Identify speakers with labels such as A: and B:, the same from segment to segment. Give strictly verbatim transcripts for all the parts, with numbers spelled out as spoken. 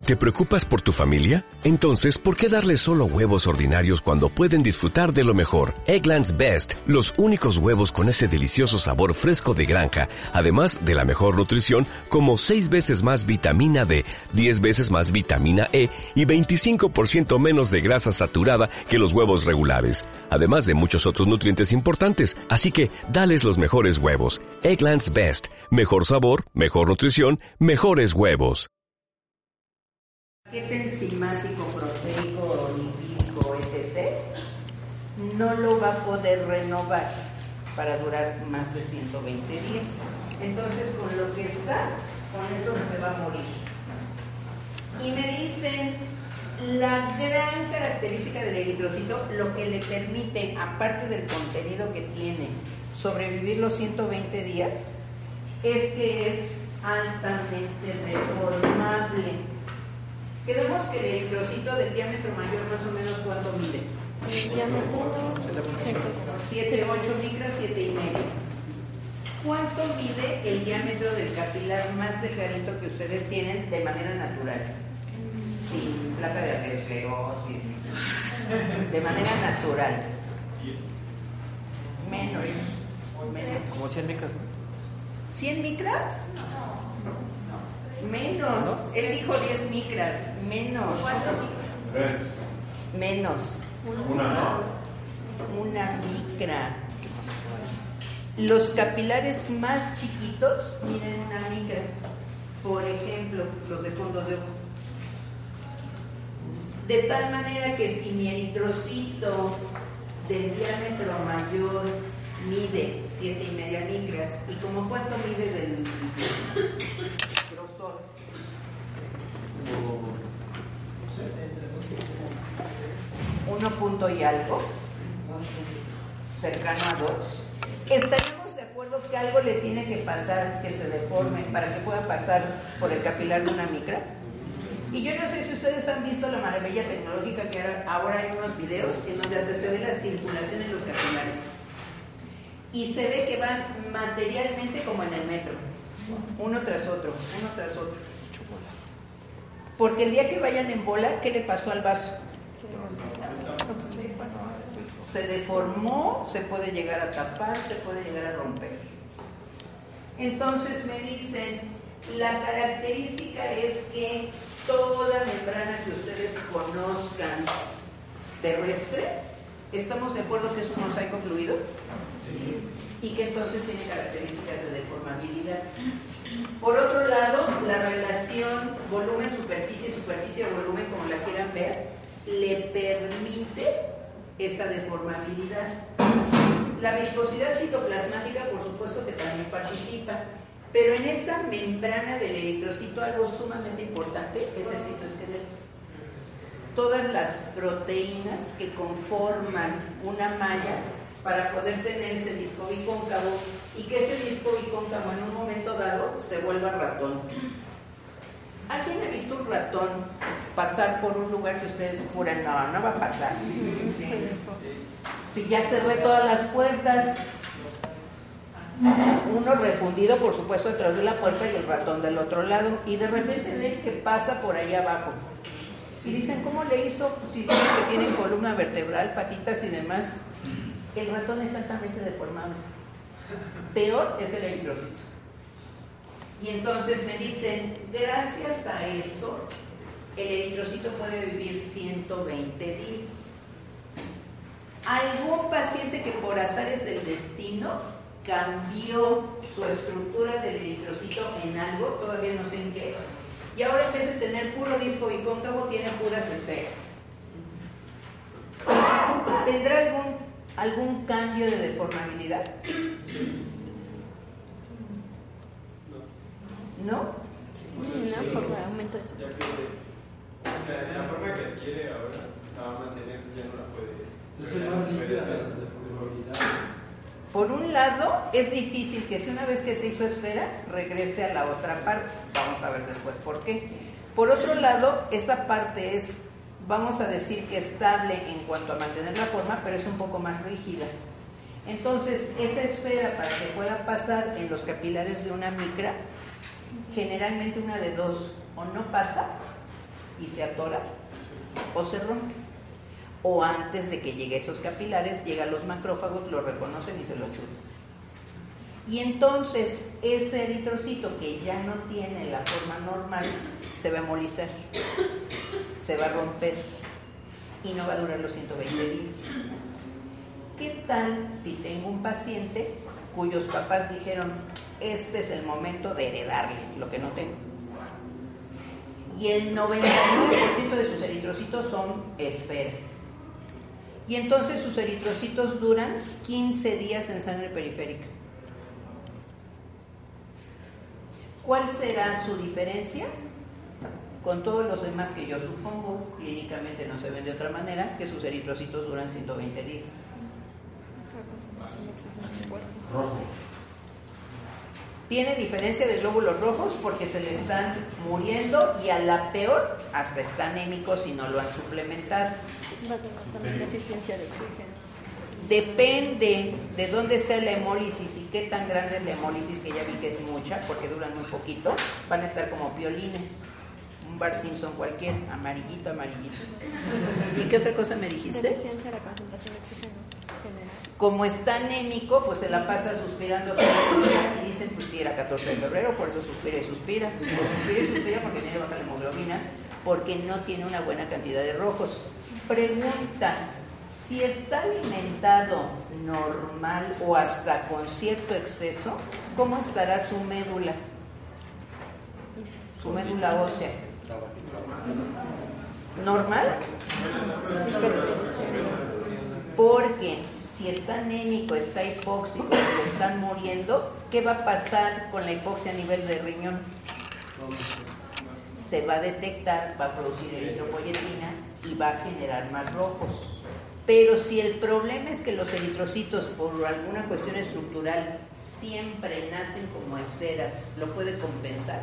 A: ¿Te preocupas por tu familia? Entonces, ¿por qué darles solo huevos ordinarios cuando pueden disfrutar de lo mejor? Eggland's Best, los únicos huevos con ese delicioso sabor fresco de granja, además de la mejor nutrición, como seis veces más vitamina D, diez veces más vitamina E y veinticinco por ciento menos de grasa saturada que los huevos regulares, además de muchos otros nutrientes importantes. Así que, dales los mejores huevos. Eggland's Best, mejor sabor, mejor nutrición, mejores huevos.
B: Paquete enzimático, proteico, lipídico, etcétera, no lo va a poder renovar para durar más de ciento veinte días. Entonces, con lo que está, con eso se va a morir. Y me dicen, la gran característica del eritrocito, lo que le permite, aparte del contenido que tiene, sobrevivir los ciento veinte días, es que es altamente deformable. Queremos que el eritrocito del diámetro mayor, más o menos, ¿cuánto mide?
C: El diámetro
B: siete, ocho micras, siete y medio. ¿Cuánto mide el diámetro del capilar más delgadito que ustedes tienen de manera natural? Sin placa de aterosclerosis, de manera natural. Menos. menos.
D: Como cien micras, ¿no?
B: ¿cien micras? Menos. ¿No? Él dijo diez micras. Menos.
E: Tres.
B: Menos.
E: Una.
B: Una micra. Los capilares más chiquitos miden una micra. Por ejemplo, los de fondo de ojo. De tal manera que si mi eritrocito del diámetro mayor mide siete y media micras, y como cuánto mide del grosor, uno punto y algo, cercano a dos, estaríamos de acuerdo que algo le tiene que pasar, que se deforme para que pueda pasar por el capilar de una micra. Y yo no sé si ustedes han visto la maravilla tecnológica que ahora hay unos videos en donde hasta se ve la circulación en los capilares. Y se ve que van materialmente como en el metro, uno tras otro, uno tras otro. Porque el día que vayan en bola, ¿qué le pasó al vaso? Se deformó, se puede llegar a tapar, se puede llegar a romper. Entonces me dicen, la característica es que toda membrana que ustedes conozcan terrestre, ¿estamos de acuerdo que es un mosaico fluido? Sí. Y que entonces tiene características de deformabilidad. Por otro lado, la relación volumen-superficie, superficie-volumen, como la quieran ver, le permite esa deformabilidad. La viscosidad citoplasmática, por supuesto que también participa, pero en esa membrana del eritrocito algo sumamente importante es el citoesqueleto. Todas las proteínas que conforman una malla para poder tener ese disco bicóncavo y que ese disco bicóncavo en un momento dado se vuelva ratón. ¿Alguien ha visto un ratón pasar por un lugar que ustedes juran, no, no va a pasar? Sí. Si ya cerré todas las puertas, uno refundido por supuesto detrás de la puerta y el ratón del otro lado, y de repente ven que pasa por ahí abajo y dicen, ¿cómo le hizo? Pues si dicen que tiene columna vertebral, patitas y demás. El ratón es altamente deformable. Peor es el eritrocito. Y entonces me dicen, gracias a eso el eritrocito puede vivir ciento veinte días. Algún paciente que por azares del destino cambió su estructura del eritrocito en algo, todavía no sé en qué, y ahora en vez de tener puro disco bicóncavo tiene puras esferas. ¿Tendrá algún, algún cambio de deformabilidad? ¿No?
C: No, por el aumento de su.
E: La forma que adquiere ahora la va a mantener, ya no la puede.
B: Por un lado, es difícil que si una vez que se hizo esfera, regrese a la otra parte. Vamos a ver después por qué. Por otro lado, esa parte es, vamos a decir que estable en cuanto a mantener la forma, pero es un poco más rígida. Entonces, esa esfera, para que pueda pasar en los capilares de una micra, generalmente una de dos, o no pasa, se atora o se rompe. O antes de que llegue a esos capilares, llegan los macrófagos, lo reconocen y se lo chutan. Y entonces ese eritrocito que ya no tiene la forma normal se va a embolizar, se va a romper y no va a durar los ciento veinte días. ¿Qué tal si tengo un paciente cuyos papás dijeron, este es el momento de heredarle lo que no tengo? Y el noventa y nueve por ciento de sus eritrocitos son esferas. Y entonces sus eritrocitos duran quince días en sangre periférica. ¿Cuál será su diferencia con todos los demás que yo supongo clínicamente no se ven de otra manera, que sus eritrocitos duran ciento veinte días?
D: Rojo.
B: Tiene diferencia de glóbulos rojos porque se le están muriendo y a la peor hasta está anémico si no lo han suplementado.
C: Va a tener también deficiencia de oxígeno.
B: Depende de dónde sea la hemólisis y qué tan grande es la hemólisis, que ya vi que es mucha porque duran muy poquito, van a estar como piolines, un Bart Simpson cualquier, amarillito, amarillito. ¿Y qué otra cosa me dijiste?
C: Deficiencia de la concentración de oxígeno general.
B: Como está anémico, pues se la pasa suspirando todo el día y dicen, pues sí, era catorce de febrero, por eso suspira y suspira. Pues suspira y suspira porque tiene baja la hemoglobina, porque no tiene una buena cantidad de rojos. Pregunta, si está alimentado normal o hasta con cierto exceso, ¿cómo estará su médula? Su médula ósea. ¿Normal? Porque si está anémico, está hipóxico, se están muriendo, ¿qué va a pasar con la hipoxia a nivel de riñón? Se va a detectar, va a producir eritropoyetina y va a generar más rojos. Pero si el problema es que los eritrocitos, por alguna cuestión estructural, siempre nacen como esferas, ¿lo puede compensar?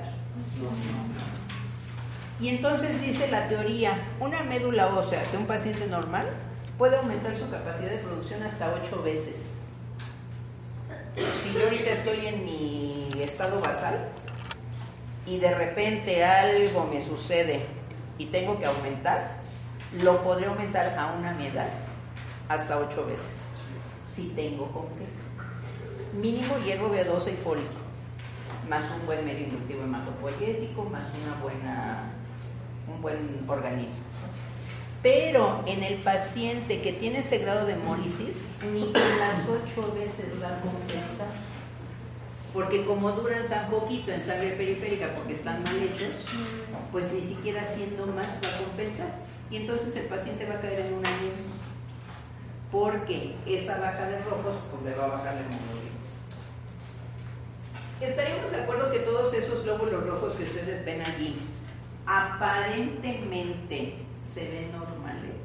B: Y entonces dice la teoría, una médula ósea de un paciente normal puede aumentar su capacidad de producción hasta ocho veces. Si yo ahorita estoy en mi estado basal y de repente algo me sucede y tengo que aumentar, lo podré aumentar aún a mi edad hasta ocho veces, si tengo con qué. Mínimo hierro B doce y fólico, más un buen medio inductivo hematopoyético, más una buena, un buen organismo. Pero en el paciente que tiene ese grado de hemólisis, ni con las ocho veces va a compensar. Porque como duran tan poquito en sangre periférica porque están mal hechos, pues ni siquiera haciendo más va a compensar. Y entonces el paciente va a caer en una anemia. Porque esa baja de rojos pues le va a bajar la hemoglobina. ¿Estaríamos de acuerdo que todos esos glóbulos rojos que ustedes ven allí aparentemente se ven normales?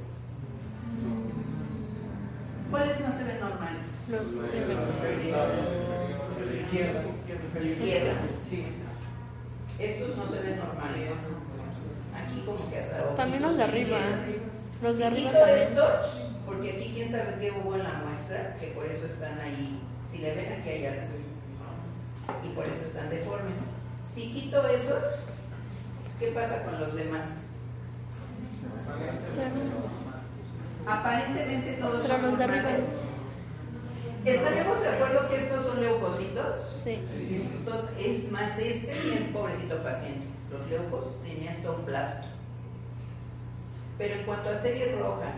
B: ¿Cuáles no se ven normales?
C: Los primeros.
E: Izquierda.
B: Izquierda. Sí. Estos no se ven normales. Aquí como que hasta...
C: También los de arriba. Los de
B: Si
C: arriba
B: quito
C: también.
B: estos, porque aquí quién sabe qué hubo en la muestra, que por eso están ahí. Si le ven aquí hay algo. Y por eso están deformes. Si quito esos, ¿qué pasa con los demás? Aparentemente todos
C: Pero
B: son
C: los de arriba.
B: normales. ¿Estaremos de acuerdo que estos son leucocitos?
C: Sí.
B: Es más, este ni es pobrecito paciente. Los leucos tenían hasta un blasto. Pero en cuanto a serie roja,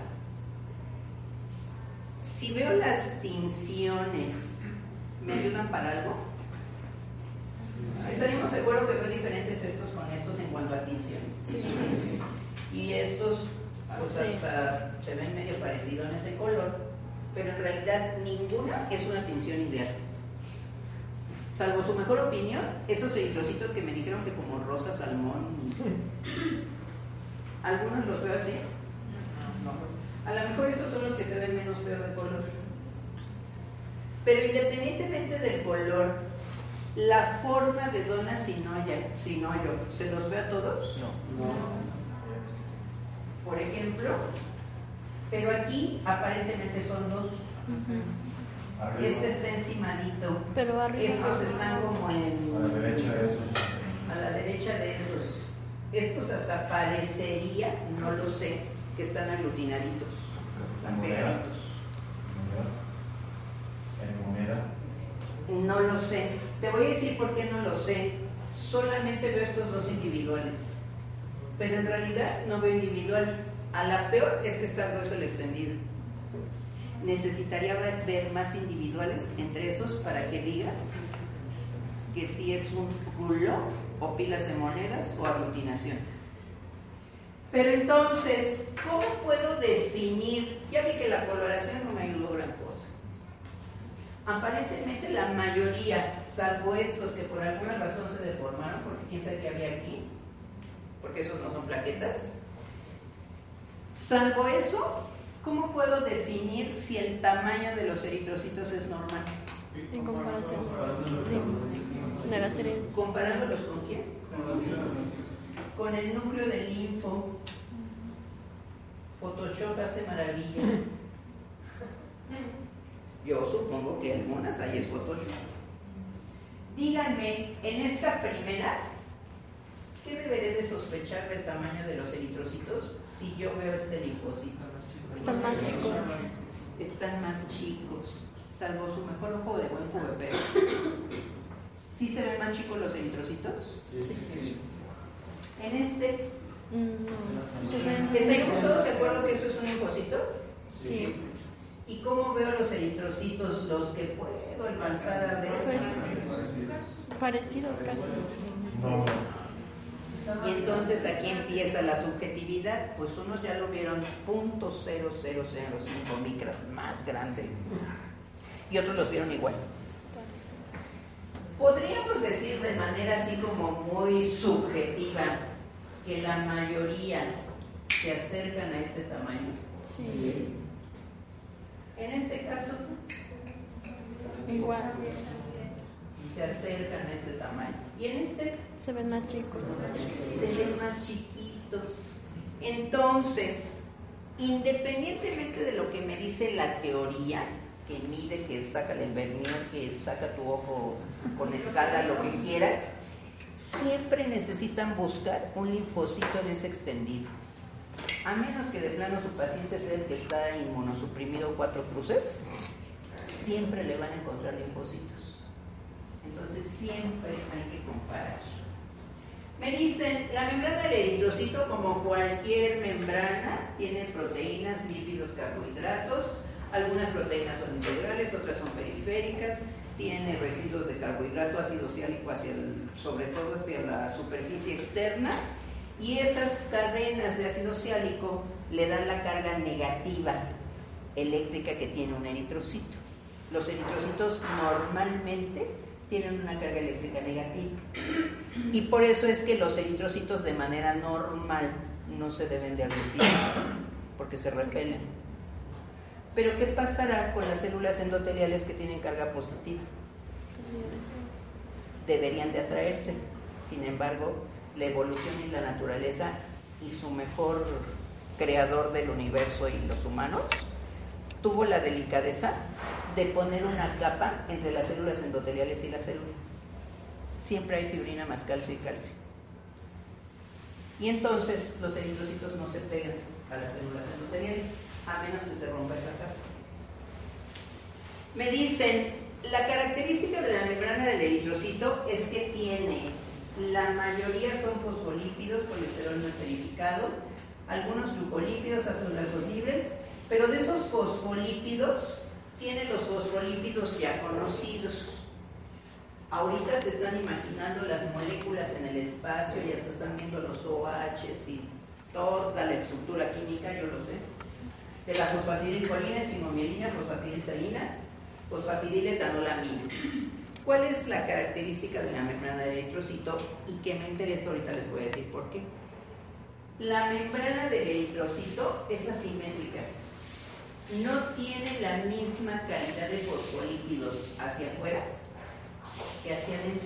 B: si veo las tinciones, ¿me ayudan para algo? ¿Estaríamos de acuerdo que veo diferentes estos con estos en cuanto a tinción?
C: Sí.
B: Y estos, pues
C: Sí.
B: hasta se ven medio parecidos en ese color, pero en realidad ninguna es una tinción ideal. Salvo su mejor opinión, esos eritrocitos que me dijeron que como rosa salmón, algunos los veo así. A lo mejor estos son los que se ven menos peor de color. Pero independientemente del color, la forma de dona sinoya, sinoyo, ¿se los ve a todos?
D: No.
B: Por ejemplo, pero aquí aparentemente son dos.
D: Arriba.
B: Este está encimadito.
C: Pero arriba.
B: Estos están como en...
D: A la derecha de esos.
B: a la derecha de esos. Estos hasta parecería, no lo sé, que están aglutinaditos, están pegaditos.
D: ¿En moneda?
B: No lo sé. Te voy a decir por qué no lo sé. Solamente veo estos dos individuales. Pero en realidad no veo individual. A la peor es que está grueso el extendido. Necesitaría ver, ver más individuales entre esos para que diga que si es un rulo o pilas de monedas o aglutinación. Pero entonces, ¿cómo puedo definir? Ya vi que la coloración no me ayudó gran cosa. Aparentemente la mayoría, salvo estos que por alguna razón se deformaron, porque quién sabe qué había aquí, porque esos no son plaquetas. Salvo eso, ¿cómo puedo definir si el tamaño de los eritrocitos es normal?
C: En comparación de la serie.
B: ¿Comparándolos con quién? Con el núcleo del linfo. Photoshop hace maravillas. Yo supongo que algunas hay es Photoshop. Díganme, en esta primera, ¿qué deberé de sospechar del tamaño de los eritrocitos si yo veo este linfocito?
C: Están más chicos.
B: Están más chicos, salvo su mejor ojo de buen cubepero. ¿Sí se ven más chicos los eritrocitos?
C: Sí. Sí.
B: En este,
C: No. Se ven.
B: ¿estamos todos de acuerdo que esto es un linfocito?
C: Sí.
B: ¿Y cómo veo los eritrocitos, los que puedo alcanzar a ver?
C: Pues parecidos casi.
D: No.
B: Y entonces aquí empieza la subjetividad, pues unos ya lo vieron punto cero cero cero cinco micras más grande y otros los vieron igual. Podríamos decir de manera así como muy subjetiva que la mayoría se acercan a este tamaño.
C: Sí.
B: En este caso,
C: Igual.
B: y se acercan a este tamaño. Y en este
C: Se ven más chicos.
B: se ven más chiquitos. Entonces, independientemente de lo que me dice la teoría, que mide, que saca el vernier, que saca tu ojo con escala, lo que quieras, siempre necesitan buscar un linfocito en ese extendido. A menos que de plano su paciente sea el que está inmunosuprimido cuatro cruces, siempre le van a encontrar linfocitos. Entonces siempre hay que comparar. Me dicen, la membrana del eritrocito, como cualquier membrana, tiene proteínas, lípidos, carbohidratos. Algunas proteínas son integrales, otras son periféricas. Tiene residuos de carbohidrato, ácido ciálico, hacia el, sobre todo hacia la superficie externa. Y esas cadenas de ácido ciálico le dan la carga negativa eléctrica que tiene un eritrocito. Los eritrocitos normalmente tienen una carga eléctrica negativa. Y por eso es que los eritrocitos de manera normal no se deben de aglutinar, porque se repelen. Pero ¿qué pasará con las células endoteliales que tienen carga positiva? Deberían de atraerse. Sin embargo, la evolución y la naturaleza y su mejor creador del universo y los humanos tuvo la delicadeza de poner una capa entre las células endoteliales y las células. Siempre hay fibrina más calcio y calcio. Y entonces los eritrocitos no se pegan a las células endoteliales, a menos que se rompa esa capa. Me dicen, la característica de la membrana del eritrocito es que tiene, la mayoría son fosfolípidos, colesterol no esterificado, algunos glucolípidos, ácidos grasos libres, pero de esos fosfolípidos, tiene los fosfolípidos ya conocidos. Ahorita se están imaginando las moléculas en el espacio, ya se están viendo los O H's y toda la estructura química, yo lo sé. De la fosfatidilcolina, esfimomielina, fosfatidilsalina, fosfatidiletoanolamina. ¿Cuál es la característica de la membrana del eritrocito? Y que me interesa, ahorita les voy a decir por qué. La membrana del eritrocito es asimétrica. No tiene la misma calidad de fosfolípidos hacia afuera que hacia adentro.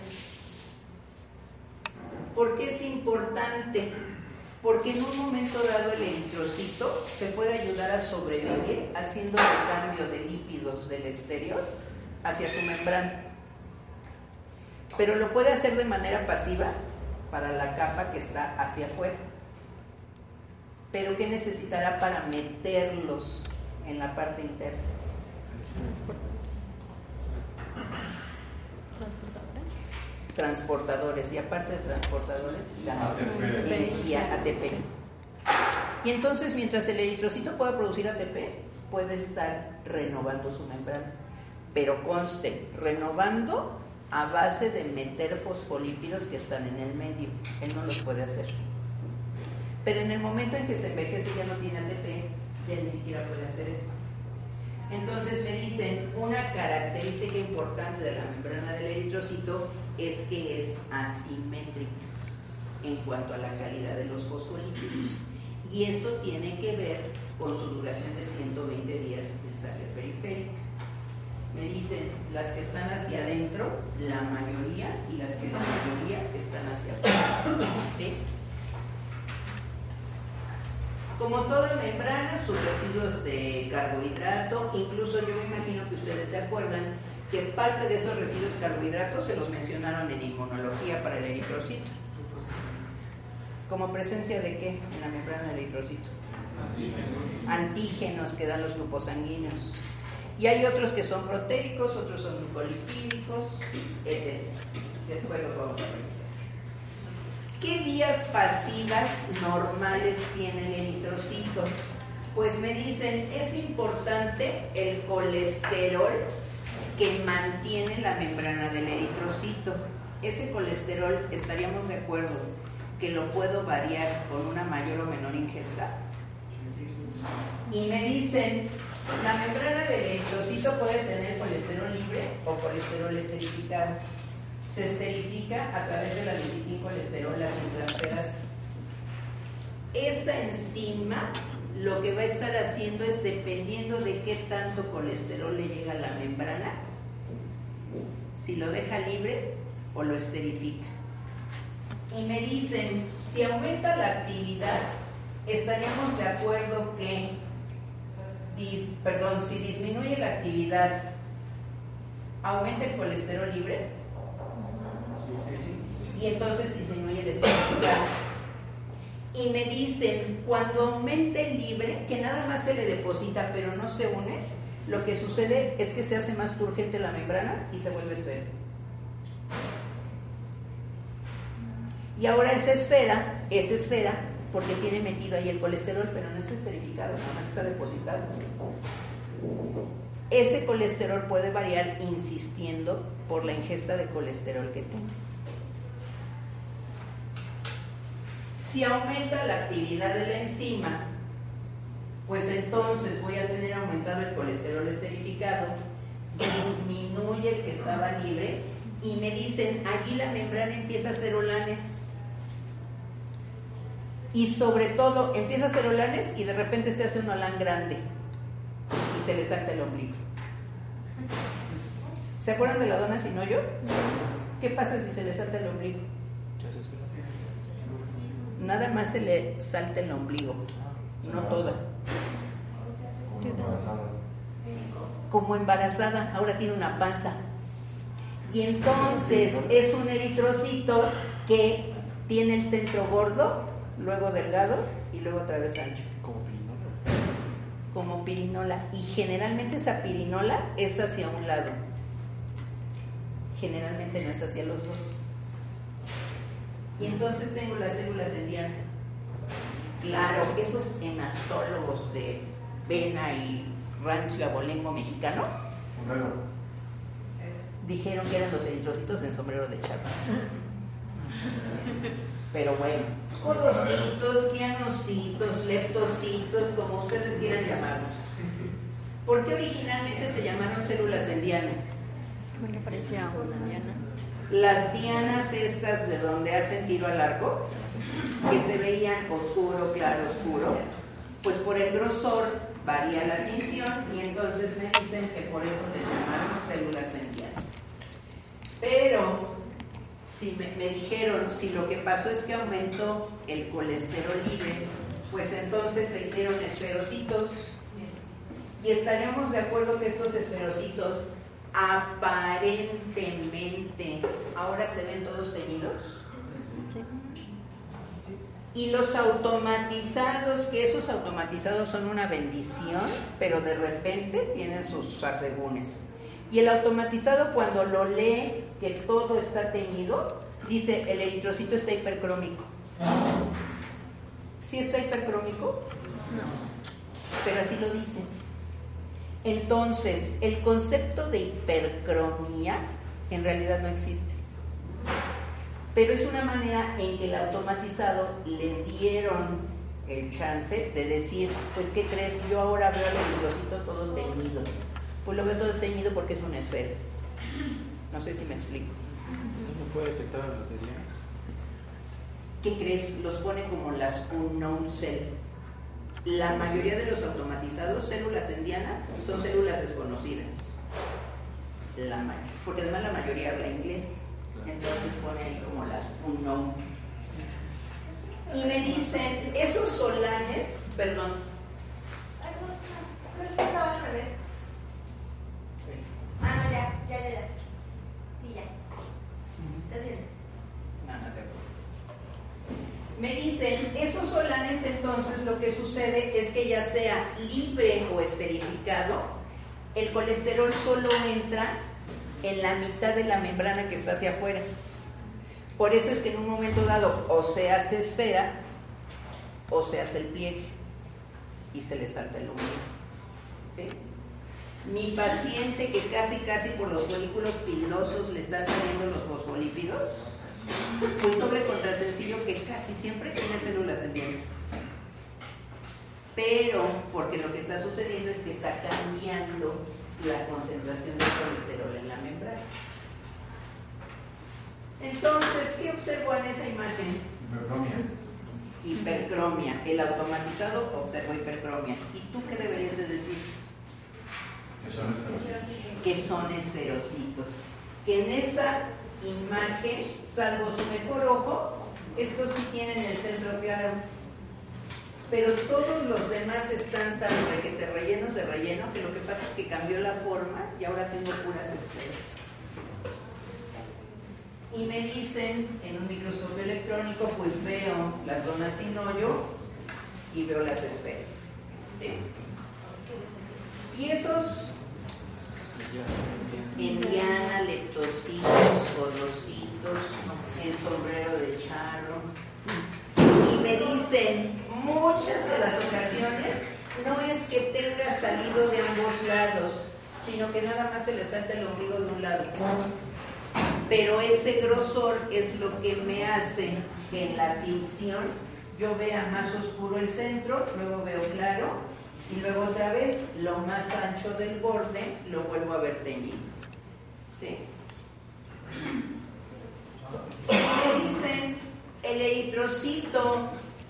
B: ¿Por qué es importante? Porque en un momento dado el eritrocito se puede ayudar a sobrevivir haciendo el cambio de lípidos del exterior hacia su membrana. Pero lo puede hacer de manera pasiva para la capa que está hacia afuera. Pero ¿qué necesitará para meterlos en la parte interna?
C: Transportadores.
B: Transportadores, y aparte de transportadores, la
D: A T P.
B: energía A T P. Y entonces, mientras el eritrocito pueda producir A T P, puede estar renovando su membrana. Pero conste, renovando a base de meter fosfolípidos que están en el medio. Él no los puede hacer. Pero en el momento en que se envejece ya no tiene A T P, ya ni siquiera puede hacer eso. Entonces me dicen, una característica importante de la membrana del eritrocito es que es asimétrica en cuanto a la calidad de los fosfolípidos. Y eso tiene que ver con su duración de ciento veinte días en sangre periférica. Me dicen, las que están hacia adentro, la mayoría, y las que la mayoría están hacia afuera. ¿Sí? Como toda membrana, sus residuos de carbohidrato, incluso yo me imagino que ustedes se acuerdan que parte de esos residuos de carbohidratos se los mencionaron en inmunología para el eritrocito. ¿Como presencia de qué en la membrana del eritrocito? Antígenos. Antígenos que dan los grupos sanguíneos. Y hay otros que son proteicos, otros son glucolipídicos, etcétera. Después lo vamos a revisar. ¿Qué vías pasivas normales tiene el eritrocito? Pues me dicen, es importante el colesterol que mantiene la membrana del eritrocito. Ese colesterol, estaríamos de acuerdo que lo puedo variar con una mayor o menor ingesta. Y me dicen, la membrana del eritrocito puede tener colesterol libre o colesterol esterificado. Se esterifica a través de la lecitincolesterol, la transferasa. Esa enzima lo que va a estar haciendo es, dependiendo de qué tanto colesterol le llega a la membrana, si lo deja libre o lo esterifica. Y me dicen, si aumenta la actividad, estaríamos de acuerdo que, dis, perdón, si disminuye la actividad, ¿aumenta el colesterol libre? Y entonces disminuye el esterificado. Y me dicen, cuando aumenta el libre, que nada más se le deposita pero no se une, lo que sucede es que se hace más turgente la membrana y se vuelve esfera. Y ahora esa esfera, esa esfera, porque tiene metido ahí el colesterol, pero no está esterificado, nada más está depositado. Ese colesterol puede variar insistiendo por la ingesta de colesterol que tenga. Si aumenta la actividad de la enzima, pues entonces voy a tener aumentado el colesterol esterificado, disminuye el que estaba libre, y me dicen, allí la membrana empieza a hacer holanes. Y sobre todo, empieza a hacer holanes y de repente se hace un holán grande y se le salta el ombligo. ¿Se acuerdan de la dona sin hoyo? ¿Qué pasa si se le salta el ombligo? Nada más se le salta el ombligo, no toda.
D: Como embarazada.
B: Como embarazada, ahora tiene una panza. Y entonces es un eritrocito que tiene el centro gordo, luego delgado y luego otra vez ancho.
F: Como pirinola.
B: Como pirinola. Y generalmente esa pirinola es hacia un lado. Generalmente no es hacia los dos. Y entonces tengo las células en diana. Claro, esos hematólogos de vena y rancio abolengo mexicano
D: Bueno,
B: dijeron que eran los eritrocitos en sombrero de charra. Pero bueno, codocitos, guianocitos, leptocitos, como ustedes quieran llamarlos. ¿Por qué originalmente se llamaron células en diana?
C: Porque parecía una diana.
B: Las dianas estas de donde hacen tiro al arco, que se veían oscuro, claro, oscuro, pues por el grosor varía la tinción y entonces me dicen que por eso les llamaron células en diana. Pero si me, me dijeron, si lo que pasó es que aumentó el colesterol libre, pues entonces se hicieron esferocitos. Y estaríamos de acuerdo que estos esferocitos aparentemente ahora se ven todos teñidos.
C: Sí.
B: Y los automatizados, que esos automatizados son una bendición, pero de repente tienen sus asegúnes. Y el automatizado, cuando lo lee, que todo está teñido, dice, el eritrocito está hipercrómico. ¿Sí está hipercrómico?
C: No.
B: Pero así lo dice. Entonces, el concepto de hipercromía en realidad no existe. Pero es una manera en que el automatizado le dieron el chance de decir, pues, ¿qué crees? Yo ahora veo el eritrocito todo teñido. Pues lo veo todo teñido porque es una esfera. No sé si me explico.
E: ¿No puede detectar a los de Diana?
B: ¿Qué crees? Los pone como las unknown cell. La mayoría de los automatizados, células en Diana, son células desconocidas. La mayoría, porque además la mayoría habla inglés. Entonces pone ahí como las unknown. Y me dicen, esos solanes, perdón.
F: Creo que estaba al revés. Ah, no, ya, ya, ya, ya. Sí, ya. Lo siento.
B: No, no te preocupes. Me dicen, esos solanes entonces lo que sucede es que ya sea libre o esterificado, el colesterol solo entra en la mitad de la membrana que está hacia afuera. Por eso es que en un momento dado o se hace esfera o se hace el pliegue y se le salta el ombligo. ¿Sí? Mi paciente que casi casi por los folículos pilosos le están saliendo los fosfolípidos, pues doble contra sencillo que casi siempre tiene células en Diana. Pero porque lo que está sucediendo es que está cambiando la concentración de colesterol en la membrana. Entonces, ¿qué observó en esa imagen?
D: Hipercromia.
B: Hipercromia. El automatizado observó hipercromia. ¿Y tú qué deberías de decir?
D: Que son esferocitos.
B: Que son esferocitos. Que en esa imagen, salvo su mejor ojo, estos sí tienen el centro claro. Pero todos los demás están tan requete rellenos de relleno que lo que pasa es que cambió la forma y ahora tengo puras esferas. Y me dicen, en un microscopio electrónico, pues veo las donas sin hoyo y veo las esferas. ¿Sí? Y esos en Diana, leptocitos, cordocitos, en sombrero de charro. Y me dicen, muchas de las ocasiones no es que tenga salido de ambos lados, sino que nada más se le salta el ombligo de un lado. Pero ese grosor es lo que me hace que en la tinción yo vea más oscuro el centro, luego veo claro, y luego otra vez lo más ancho del borde lo vuelvo a ver teñido. ¿Sí? Me dicen, el eritrocito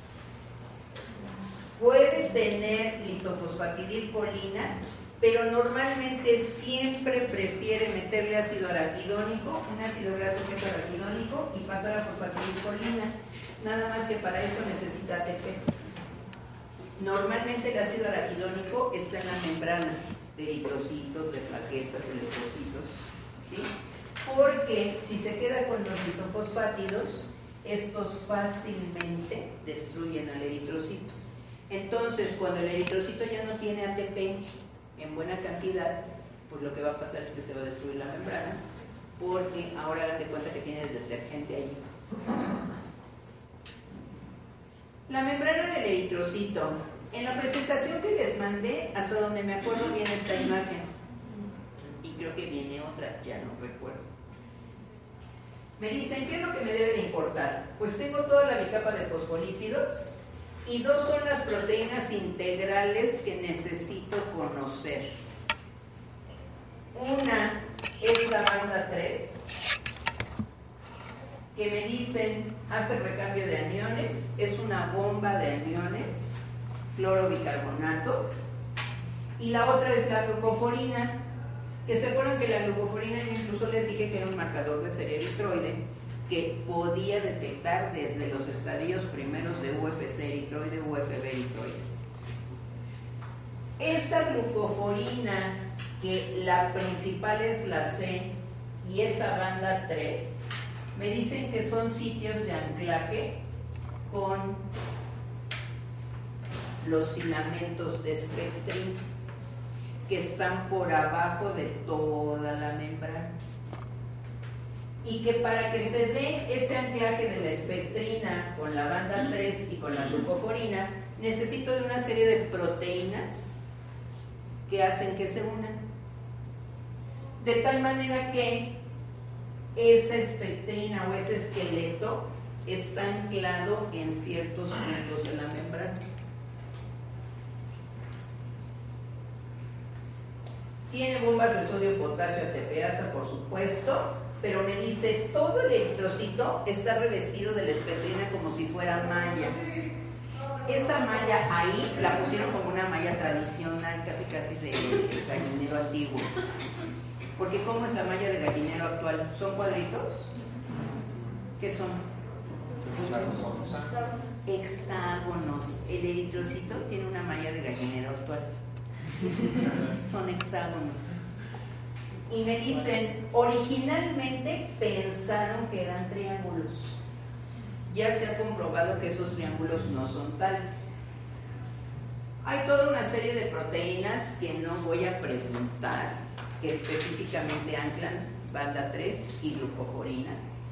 B: puede tener lisofosfatidilcolina, pero normalmente siempre prefiere meterle ácido araquidónico, un ácido graso que es araquidónico, y pasar a fosfatidilcolina. Nada más que para eso necesita A T P. Normalmente el ácido araquidónico está en la membrana de eritrocitos, de plaquetas, de leucocitos, ¿sí? Porque si se queda con los lisofosfátidos, estos fácilmente destruyen al eritrocito. Entonces, cuando el eritrocito ya no tiene A T P en buena cantidad, pues lo que va a pasar es que se va a destruir la membrana, porque ahora hagan de cuenta que tiene detergente ahí. La membrana del eritrocito. En la presentación que les mandé, hasta donde me acuerdo, viene esta imagen. Y creo que viene otra, ya no recuerdo. Me dicen, ¿qué es lo que me debe de importar? Pues tengo toda la bicapa de fosfolípidos y dos son las proteínas integrales que necesito conocer. Una es la banda tres, que me dicen hace recambio de aniones, es una bomba de aniones, clorobicarbonato, y la otra es la glucoforina, que se acuerdan que la glucoforina yo incluso les dije que era un marcador de serie eritroide que podía detectar desde los estadios primeros de U F C eritroide, U F B eritroide. Esa glucoforina, que la principal es la C y esa banda tres, Me dicen que son sitios de anclaje con los filamentos de espectrin que están por abajo de toda la membrana. Y que para que se dé ese anclaje de la espectrina con la banda tres y con la glucoforina, necesito de una serie de proteínas que hacen que se unan. De tal manera que esa espectrina o ese esqueleto está anclado en ciertos puntos de la membrana. Tiene bombas de sodio, potasio, A T P asa, por supuesto, pero me dice, todo el eritrocito está revestido de la espectrina como si fuera malla. Esa malla ahí la pusieron como una malla tradicional, casi casi de gallinero antiguo. Porque ¿cómo es la malla de gallinero actual? ¿Son cuadritos? ¿Qué son?
D: Hexágonos.
B: Hexágonos. El eritrocito tiene una malla de gallinero actual. Son hexágonos. Y me dicen, originalmente pensaron que eran triángulos. Ya se ha comprobado que esos triángulos no son tales. Hay toda una serie de proteínas que no voy a preguntar, que específicamente anclan banda tres y glucoforina.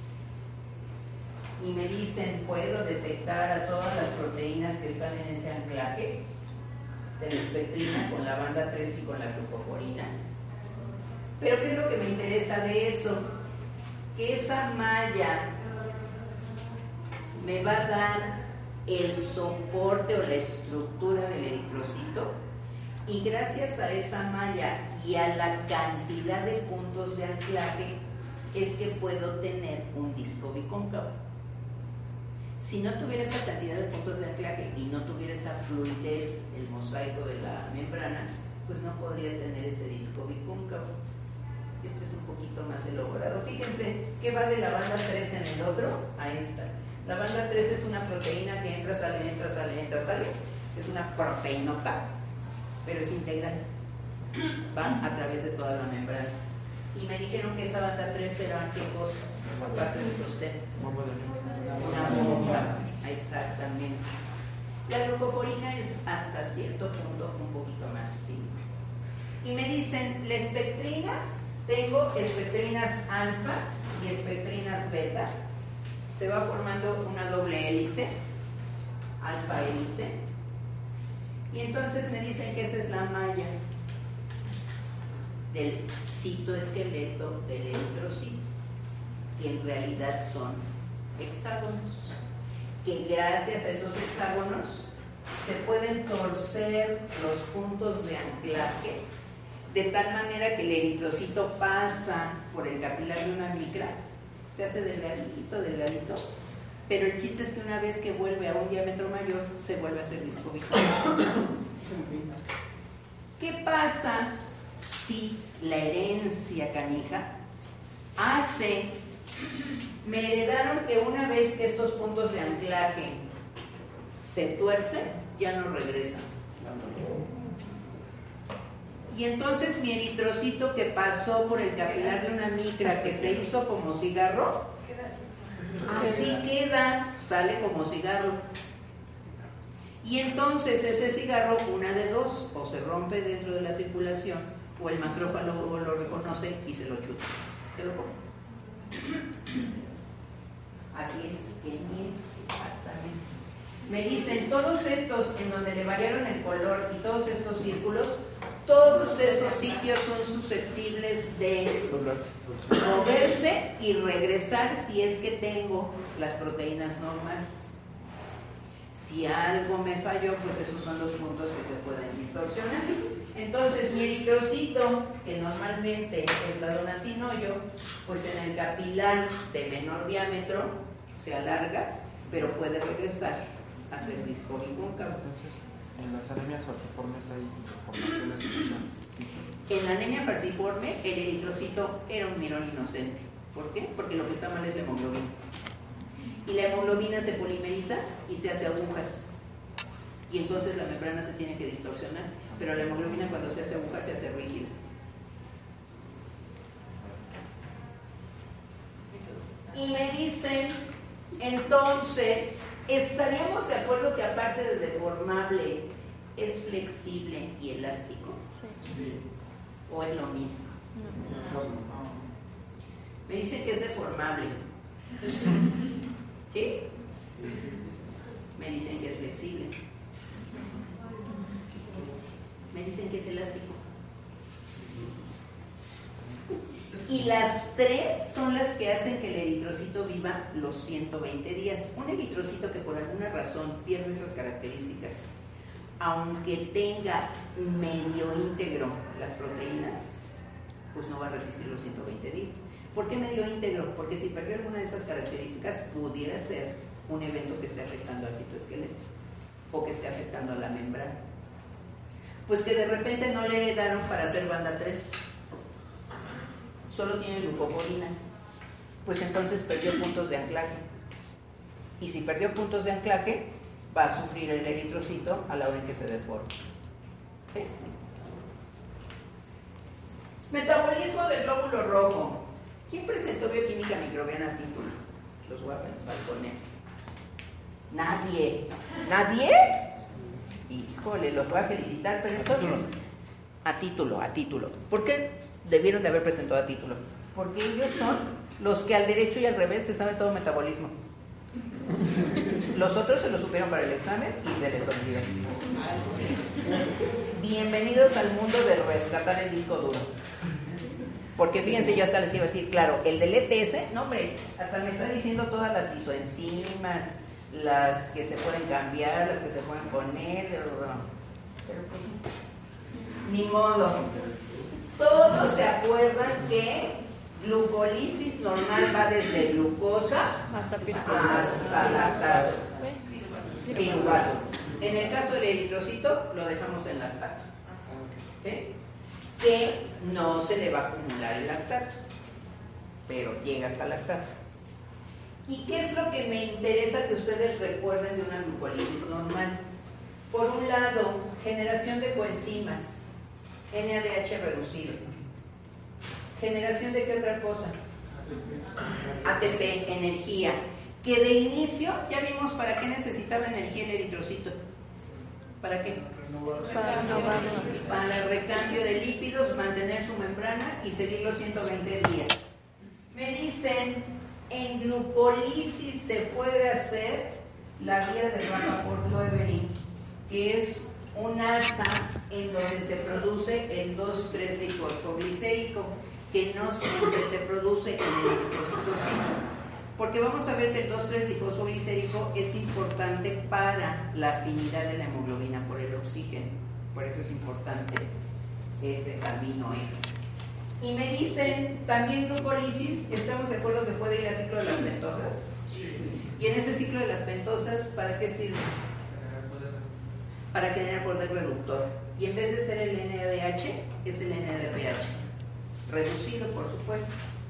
B: Y me dicen, puedo detectar a todas las proteínas que están en ese anclaje de la espectrina con la banda tres y con la glucoforina. Pero ¿qué es lo que me interesa de eso? Que esa malla me va a dar el soporte o la estructura del eritrocito, y gracias a esa malla y a la cantidad de puntos de anclaje es que puedo tener un disco bicóncavo. Si no tuviera esa cantidad de puntos de anclaje y no tuviera esa fluidez, el mosaico de la membrana, pues no podría tener ese disco bicóncavo. Este es un poquito más elaborado. Fíjense que va de la banda tres en el otro a esta. La banda tres es una proteína que entra, sale, entra, sale, entra, sale. Es una proteinota, pero es integral. Va a través de toda la membrana. Y me dijeron que esa banda tres era ¿qué cosa? Parte del sostén. Una bomba, exactamente. La glucoforina es hasta cierto punto un poquito más simple. Y me dicen, la espectrina, tengo espectrinas alfa y espectrinas beta. Se va formando una doble hélice, alfa hélice. Y entonces me dicen que esa es la malla del citoesqueleto del eritrocito, que en realidad son hexágonos, que gracias a esos hexágonos se pueden torcer los puntos de anclaje de tal manera que el eritrocito pasa por el capilar de una micra, se hace delgadito, delgadito, pero el chiste es que una vez que vuelve a un diámetro mayor se vuelve a hacer disco bicóncavo. ¿Qué pasa si la herencia canija hace, me heredaron que una vez que estos puntos de anclaje se tuercen, ya no regresan? Y entonces mi eritrocito que pasó por el capilar de una micra, que se hizo como cigarro, así queda, sale como cigarro. Y entonces ese cigarro, una de dos, o se rompe dentro de la circulación, o el macrófago lo reconoce y se lo chuta, se lo come. Así es, bien, exactamente. Me dicen, todos estos en donde le variaron el color y todos estos círculos, todos esos sitios son susceptibles de moverse y regresar si es que tengo las proteínas normales. Si algo me falló, pues esos son los puntos que se pueden distorsionar. Entonces mi eritrocito, que normalmente es la dona sin hoyo, pues en el capilar de menor diámetro se alarga, pero puede regresar a ser disco bicóncavo.
G: En las anemias falciformes hay deformaciones en esas.
B: En la anemia falciforme, el eritrocito era un mirón inocente. ¿Por qué? Porque lo que está mal es la hemoglobina. Y la hemoglobina se polimeriza y se hace agujas. Y entonces la membrana se tiene que distorsionar. Pero la hemoglobina, cuando se hace aguja, se hace rígida. Y me dicen, entonces, ¿estaríamos de acuerdo que aparte de deformable es flexible y elástico?
C: Sí.
B: ¿O es lo mismo?
C: No.
B: Me dicen que es deformable. ¿Sí? Me dicen que es flexible. Me dicen que es elástico. Y las tres son las que hacen que el eritrocito viva los ciento veinte días. Un eritrocito que por alguna razón pierde esas características, aunque tenga medio íntegro las proteínas, pues no va a resistir los ciento veinte días. ¿Por qué medio íntegro? Porque si perdió alguna de esas características, pudiera ser un evento que esté afectando al citoesqueleto o que esté afectando a la membrana. Pues que de repente no le heredaron para hacer banda tres. Solo tiene glucoforinas, pues entonces perdió puntos de anclaje. Y si perdió puntos de anclaje, va a sufrir el eritrocito a la hora en que se deforme. ¿Sí? Metabolismo del glóbulo rojo. ¿Quién presentó bioquímica microbiana a título? Los voy a balconear. Nadie. ¿Nadie? Híjole, los voy a felicitar, pero entonces... A título, a título. ¿Por qué debieron de haber presentado a título? Porque ellos son los que al derecho y al revés se sabe todo metabolismo. Los otros se lo supieron para el examen y se les olvidó. Bienvenidos al mundo de rescatar el disco duro. Porque fíjense, yo hasta les iba a decir, claro, el del E T S, no hombre, hasta me está diciendo todas las isoenzimas, las que se pueden cambiar, las que se pueden poner, pero pues, ni modo. Todos se acuerdan que glucólisis normal va desde glucosa
C: hasta piruvato.
B: hasta lactato. Piruvato. En el caso del eritrocito lo dejamos en lactato. ¿Sí? Que no se le va a acumular el lactato, pero llega hasta lactato. ¿Y qué es lo que me interesa que ustedes recuerden de una glucólisis normal? Por un lado, generación de coenzimas, N A D H reducido. ¿Generación de qué otra cosa? A T P, energía. Que de inicio ya vimos para qué necesitaba energía el eritrocito. ¿Para qué?
C: Para renovarlo.
B: Para el recambio de lípidos, mantener su membrana y seguir los ciento veinte días. Me dicen, en glucólisis se puede hacer la vía de Rapaport-Levering, que es un asa en donde se produce el dos tres difosfoglicérico, que no siempre se produce en el eritrocito. Porque vamos a ver que el dos tres difosfoglicérico es importante para la afinidad de la hemoglobina por el oxígeno. Por eso es importante ese camino ese. Y me dicen, también glucólisis, ¿estamos de acuerdo que puede ir al ciclo de las pentosas? Sí. Y en ese ciclo de las pentosas, ¿para qué sirve? Para generar poder reductor. Y en vez de ser el N A D H, es el N A D P H. Reducido, por supuesto.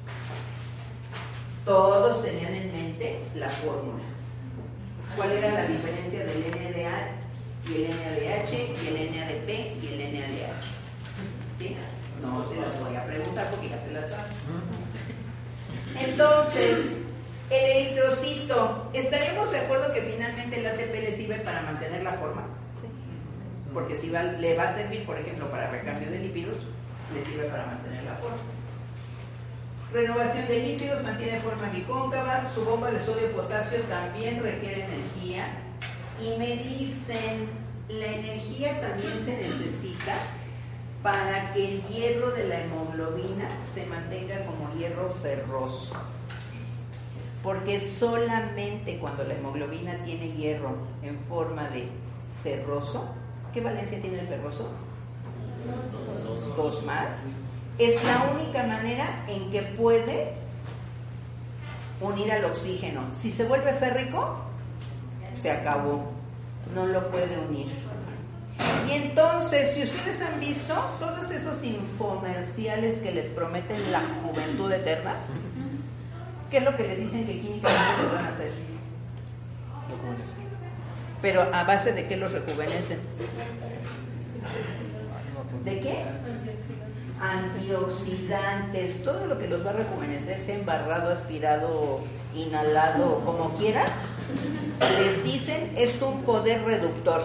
B: Todos tenían en mente la fórmula. ¿Cuál era la diferencia del N A D A y el N A D H y el N A D P y el N A D H? ¿Sí? No se las voy a preguntar porque ya se las saben. Entonces, el eritrocito, ¿estaríamos de acuerdo que finalmente el A T P le sirve para mantener la forma?
C: Sí.
B: Porque si va, le va a servir, por ejemplo, para recambio de lípidos, le sirve para mantener la forma. Renovación de lípidos, mantiene forma bicóncava, su bomba de sodio-potasio también requiere energía. Y me dicen, la energía también se necesita para que el hierro de la hemoglobina se mantenga como hierro ferroso. Porque solamente cuando la hemoglobina tiene hierro en forma de ferroso, ¿qué valencia tiene el ferroso? Dos más. Es la única manera en que puede unir al oxígeno. Si se vuelve férrico, se acabó, no lo puede unir. Y entonces, si ustedes han visto todos esos infomerciales que les prometen la juventud eterna, ¿qué es lo que les dicen que químicamente les van a hacer? Pero ¿a base de qué los rejuvenecen? ¿De qué? antioxidantes, todo lo que los va a rejuvenecer, sea embarrado, aspirado, inhalado, como quieran, les dicen es un poder reductor.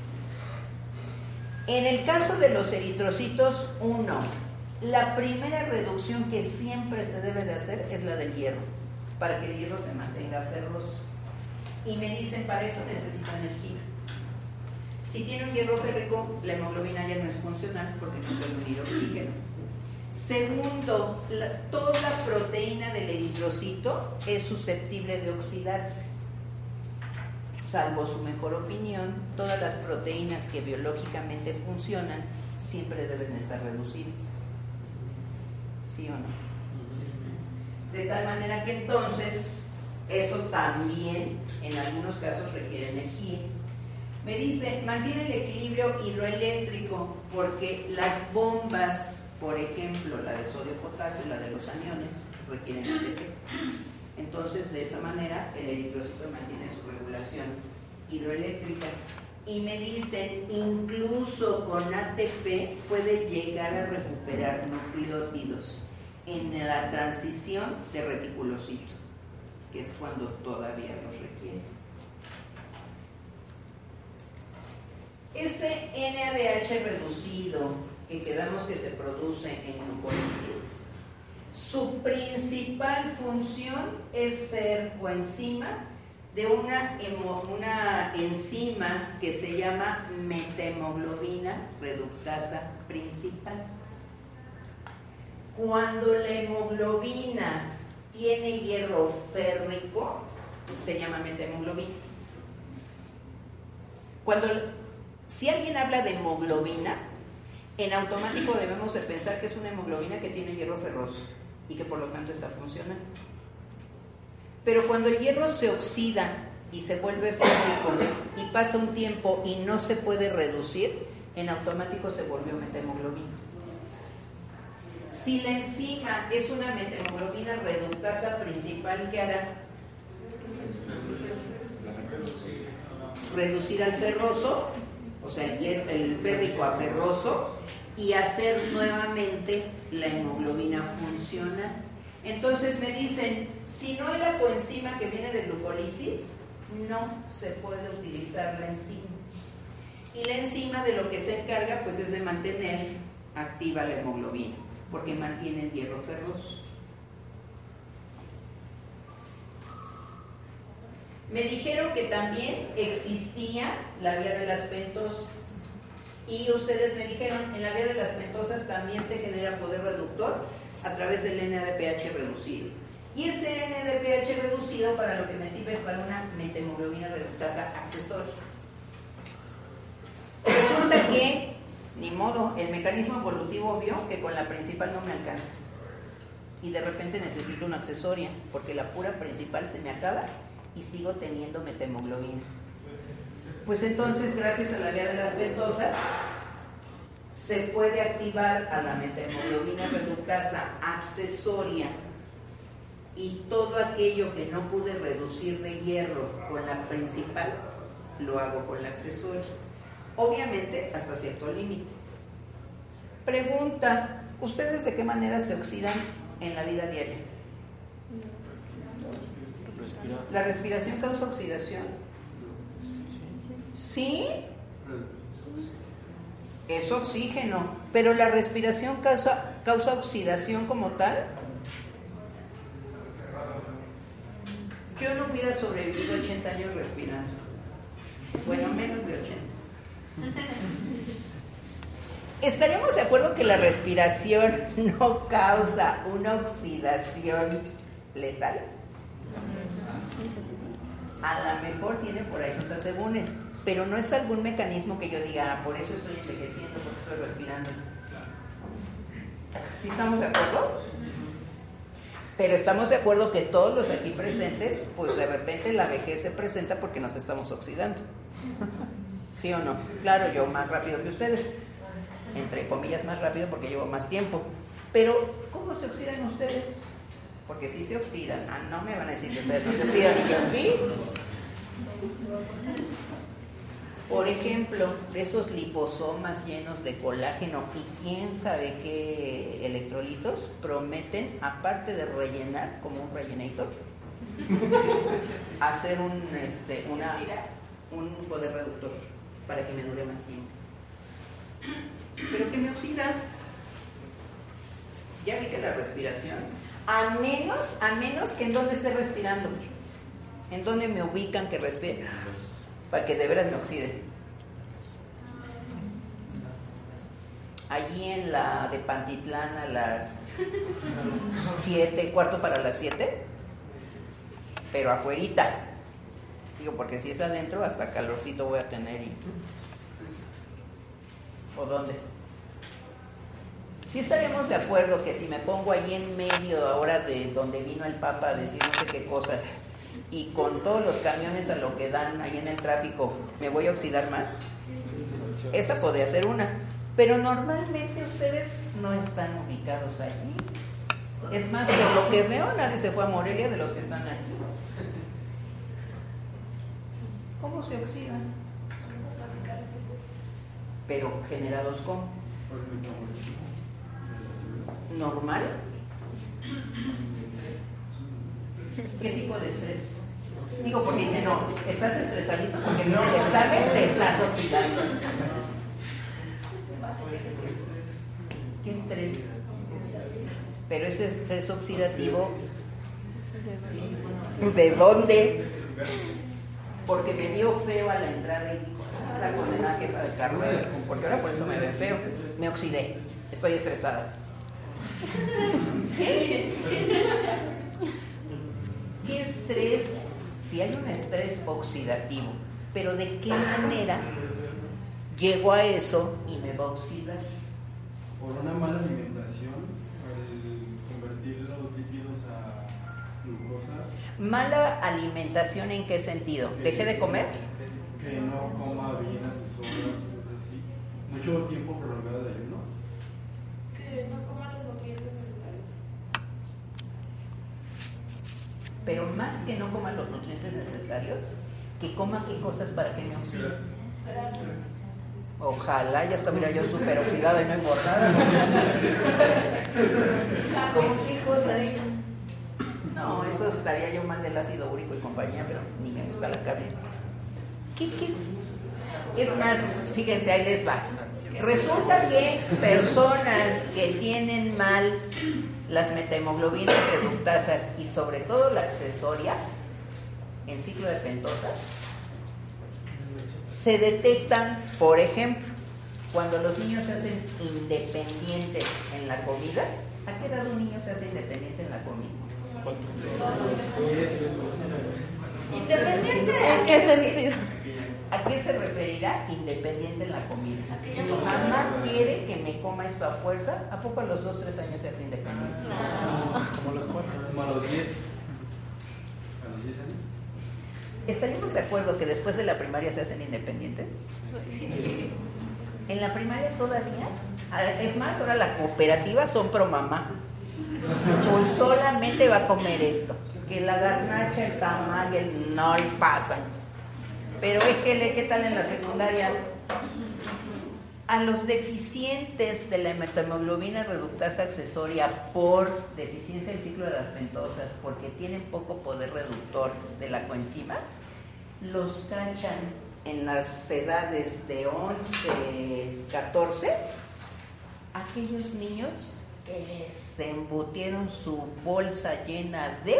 B: En el caso de los eritrocitos, uno, la primera reducción que siempre se debe de hacer es la del hierro, para que el hierro se mantenga ferroso. Y me dicen, para eso necesita energía. Si tiene un hierro férrico, la hemoglobina ya no es funcional porque no puede unir oxígeno. Segundo, la, toda proteína del eritrocito es susceptible de oxidarse. Salvo su mejor opinión, todas las proteínas que biológicamente funcionan siempre deben estar reducidas. ¿Sí o no? De tal manera que entonces eso también en algunos casos requiere energía. Me dice, mantiene el equilibrio hidroeléctrico porque las bombas, por ejemplo, la de sodio-potasio y la de los aniones, requieren A T P. Entonces, de esa manera, el eritrocito mantiene su regulación hidroeléctrica. Y me dicen, incluso con A T P puede llegar a recuperar nucleótidos en la transición de reticulocito, que es cuando todavía los requiere. Ese N A D H reducido que quedamos que se produce en glucólisis, su principal función es ser coenzima de una, hemo, una enzima que se llama metahemoglobina reductasa principal. Cuando la hemoglobina tiene hierro férrico, se llama metahemoglobina. Cuando, si alguien habla de hemoglobina, en automático debemos de pensar que es una hemoglobina que tiene hierro ferroso y que por lo tanto está funcionando. Pero cuando el hierro se oxida y se vuelve férrico y pasa un tiempo y no se puede reducir, en automático se volvió metahemoglobina. Si la enzima es una metahemoglobina reductasa principal, ¿qué hará? Reducir al ferroso, o sea, el, hierro, el férrico a ferroso, y hacer nuevamente la hemoglobina funcionar. Entonces me dicen, si no hay la coenzima que viene de glucólisis, no se puede utilizar la enzima. Y la enzima de lo que se encarga pues es de mantener activa la hemoglobina, porque mantiene el hierro ferroso. Me dijeron que también existía la vía de las pentosas. Y ustedes me dijeron, en la vía de las pentosas también se genera poder reductor a través del N A D P H reducido. Y ese N A D P H reducido para lo que me sirve es para una metahemoglobina reductasa accesoria. Resulta que, ni modo, el mecanismo evolutivo vio que con la principal no me alcanza. Y de repente necesito una accesoria, porque la pura principal se me acaba y sigo teniendo metahemoglobina. Pues entonces, gracias a la vía de las pentosas, se puede activar a la metahemoglobina reductasa accesoria, y todo aquello que no pude reducir de hierro con la principal, lo hago con la accesoria. Obviamente, hasta cierto límite. Pregunta, ¿ustedes de qué manera se oxidan en la vida diaria? ¿La respiración causa oxidación? ¿Sí? Es oxígeno, pero la respiración causa, causa oxidación como tal. Yo no hubiera sobrevivido ochenta años respirando. Bueno, menos de ochenta. ¿Estaríamos de acuerdo que la respiración no causa una oxidación letal? A lo mejor tiene por ahí sus asegúnes, pero no es algún mecanismo que yo diga, ah, por eso estoy envejeciendo, porque estoy respirando. ¿Sí estamos de acuerdo? Pero estamos de acuerdo que todos los aquí presentes, pues de repente la vejez se presenta porque nos estamos oxidando. ¿Sí o no? Claro, yo más rápido que ustedes. Entre comillas más rápido porque llevo más tiempo. Pero, ¿cómo se oxidan ustedes? Porque sí se oxidan. Ah, no me van a decir que ustedes no se oxidan y yo sí. Por ejemplo, esos liposomas llenos de colágeno y quién sabe qué electrolitos prometen, aparte de rellenar como un rellenator, hacer un este una un poder reductor para que me dure más tiempo. Pero que me oxida. Ya vi que la respiración, a menos, a menos que en donde esté respirando, en donde me ubican que respire, para que de veras me oxide. Allí en la de Pantitlán a las siete, cuarto para las siete, pero afuerita. Digo, porque si es adentro, hasta calorcito voy a tener. Y... ¿O dónde? Sí estaremos de acuerdo que si me pongo allí en medio ahora de donde vino el Papa a decir no sé qué cosas y con todos los camiones a lo que dan ahí en el tráfico, ¿me voy a oxidar más? Esa podría ser una. Pero normalmente ustedes no están ubicados allí. Es más, por lo que veo, nadie se fue a Morelia de los que están aquí. ¿Cómo se oxidan? Pero generados ¿cómo? ¿Normal? ¿Qué tipo de estrés? Digo, porque dice, no, estás estresadito porque no, el examen te estás oxidando. ¿Qué estrés? Pero ese estrés oxidativo, ¿de dónde? Porque me vio feo a la entrada y dijo, la condenada jefa de carro, porque ahora por eso me ve feo. Me oxidé, estoy estresada. ¿Sí? ¿Qué estrés? Si hay un estrés oxidativo, pero ¿de qué manera llego a eso y me va a oxidar?
E: Por una mala alimentación, al convertir los lípidos a glucosa.
B: ¿Mala alimentación en qué sentido? ¿Dejé de comer?
E: Que no coma bien a sus horas, cosas así. Mucho tiempo prolongado de ayuno.
H: Que no coma los nutrientes necesarios.
B: Pero más que no coma los nutrientes necesarios, que coma qué cosas para que me oxide.
H: Gracias.
B: Ojalá, ya estuviera yo súper oxidada y no engordada. ¿Cómo qué cosas? No, eso estaría yo mal del ácido úrico y compañía, pero ni me gusta la carne. ¿Qué, qué? Es más, fíjense, ahí les va. Resulta que personas que tienen mal las metahemoglobinas reductasas y sobre todo la accesoria en ciclo de pentosas, se detectan, por ejemplo, cuando los niños se hacen independientes en la comida. ¿A qué edad un niño se hace independiente en la comida?
C: ¿Independiente en qué sentido?
B: ¿A qué se referirá independiente en la comida? Mi mamá quiere que me coma esto a fuerza. ¿A poco a los dos, tres años se hace independiente?
G: Como los cuatro.
E: Como a los diez. A los diez años.
B: ¿Estaríamos de acuerdo que después de la primaria se hacen independientes? En la primaria todavía. Es más, ahora la cooperativa son pro mamá. Pues solamente va a comer esto. Que la garnacha, el tamal, el no le pasan. Pero es que, ¿qué tal en la secundaria? A los deficientes de la metahemoglobina reductasa accesoria por deficiencia del ciclo de las pentosas, porque tienen poco poder reductor de la coenzima, los cachan en las edades de once, catorce, aquellos niños que se embutieron su bolsa llena de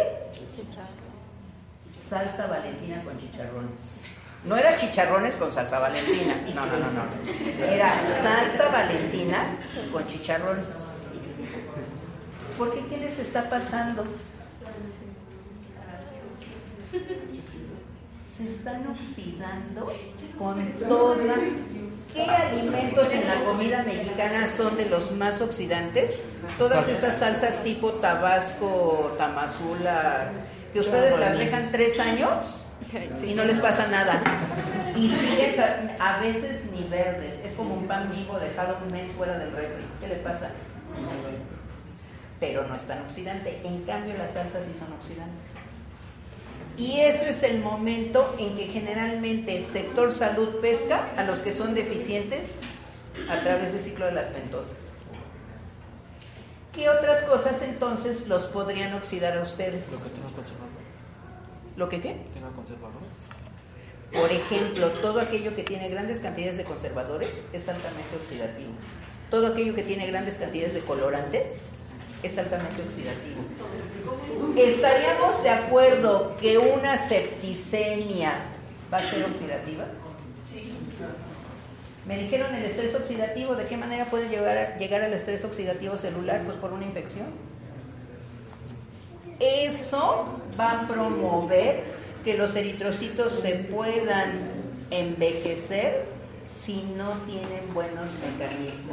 B: salsa valentina con chicharrones. No era chicharrones con salsa valentina, no, no, no, no. Era salsa valentina con chicharrones. ¿Por qué? ¿Qué les está pasando? Se están oxidando con toda... ¿Qué alimentos en la comida mexicana son de los más oxidantes? Todas esas salsas tipo Tabasco, Tamazula, que ustedes las dejan tres años y no les pasa nada. Y fíjense, a veces ni verdes. Es como un pan vivo dejado un mes fuera del refri. ¿Qué le pasa? Pero no es tan oxidante. En cambio, las salsas sí son oxidantes. Y ese es el momento en que generalmente el sector salud pesca a los que son deficientes a través del ciclo de las pentosas. ¿Qué otras cosas entonces los podrían oxidar a ustedes?
G: Lo que tenga conservadores.
B: ¿Lo que qué?
G: Tenga conservadores.
B: Por ejemplo, todo aquello que tiene grandes cantidades de conservadores es altamente oxidativo. Todo aquello que tiene grandes cantidades de colorantes es altamente oxidativo. ¿Estaríamos de acuerdo que una septicemia va a ser oxidativa? Sí. Me dijeron el estrés oxidativo. ¿De qué manera puede llegar, a, llegar al estrés oxidativo celular? Pues por una infección. Eso va a promover que los eritrocitos se puedan envejecer si no tienen buenos mecanismos.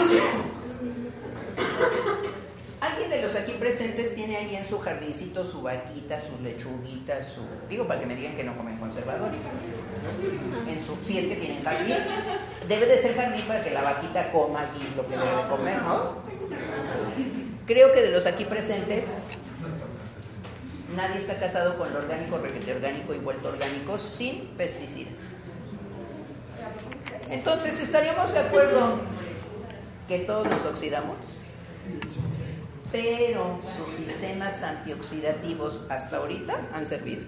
B: ¿Alguien de los aquí presentes tiene ahí en su jardincito su vaquita, sus lechuguitas, su... digo para que me digan que no comen conservadores? En su... si es que tienen jardín. Debe de ser jardín para que la vaquita coma allí lo que debe de comer, ¿no? Creo que de los aquí presentes nadie está casado con lo orgánico, requete orgánico y vuelto orgánico sin pesticidas. Entonces, ¿estaríamos de acuerdo que todos nos oxidamos? Pero sus sistemas antioxidativos hasta ahorita han servido.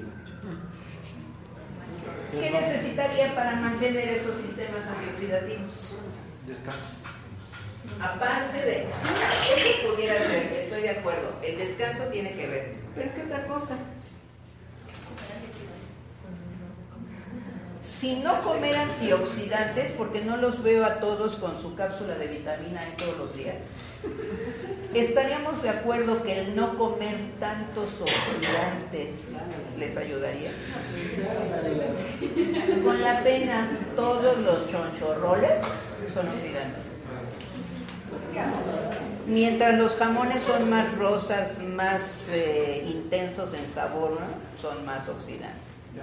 B: ¿Qué necesitaría para mantener esos sistemas antioxidativos?
G: Descanso.
B: Aparte de eso pudiera ser, estoy de acuerdo, el descanso tiene que ver, pero ¿qué otra cosa? Si no comer antioxidantes, porque no los veo a todos con su cápsula de vitamina E todos los días, ¿estaríamos de acuerdo que el no comer tantos oxidantes les ayudaría? Con la pena, todos los chonchorroles son oxidantes. Mientras los jamones son más rosas, más eh, intensos en sabor, ¿no? Son más oxidantes. Sí.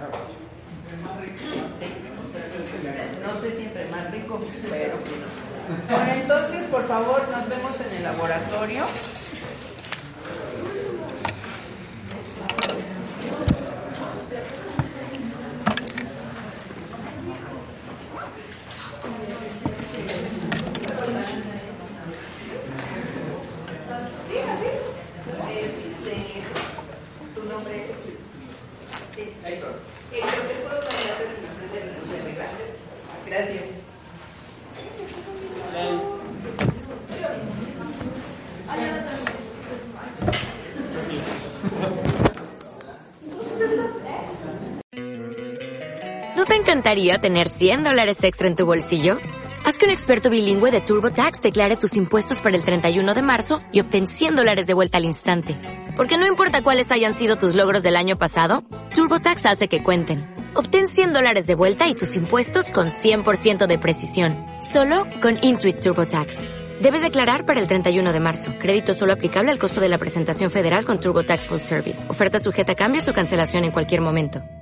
B: No sé si entre más rico, pero bueno, entonces por favor nos vemos en el laboratorio. Gracias.
I: ¿No te encantaría tener cien dólares extra en tu bolsillo? Haz que un experto bilingüe de TurboTax declare tus impuestos para el treinta y uno de marzo y obtén cien dólares de vuelta al instante. Porque no importa cuáles hayan sido tus logros del año pasado, TurboTax hace que cuenten. Obtén cien dólares de vuelta y tus impuestos con cien por ciento de precisión. Solo con Intuit TurboTax. Debes declarar para el treinta y uno de marzo. Crédito solo aplicable al costo de la presentación federal con TurboTax Full Service. Oferta sujeta a cambios o cancelación en cualquier momento.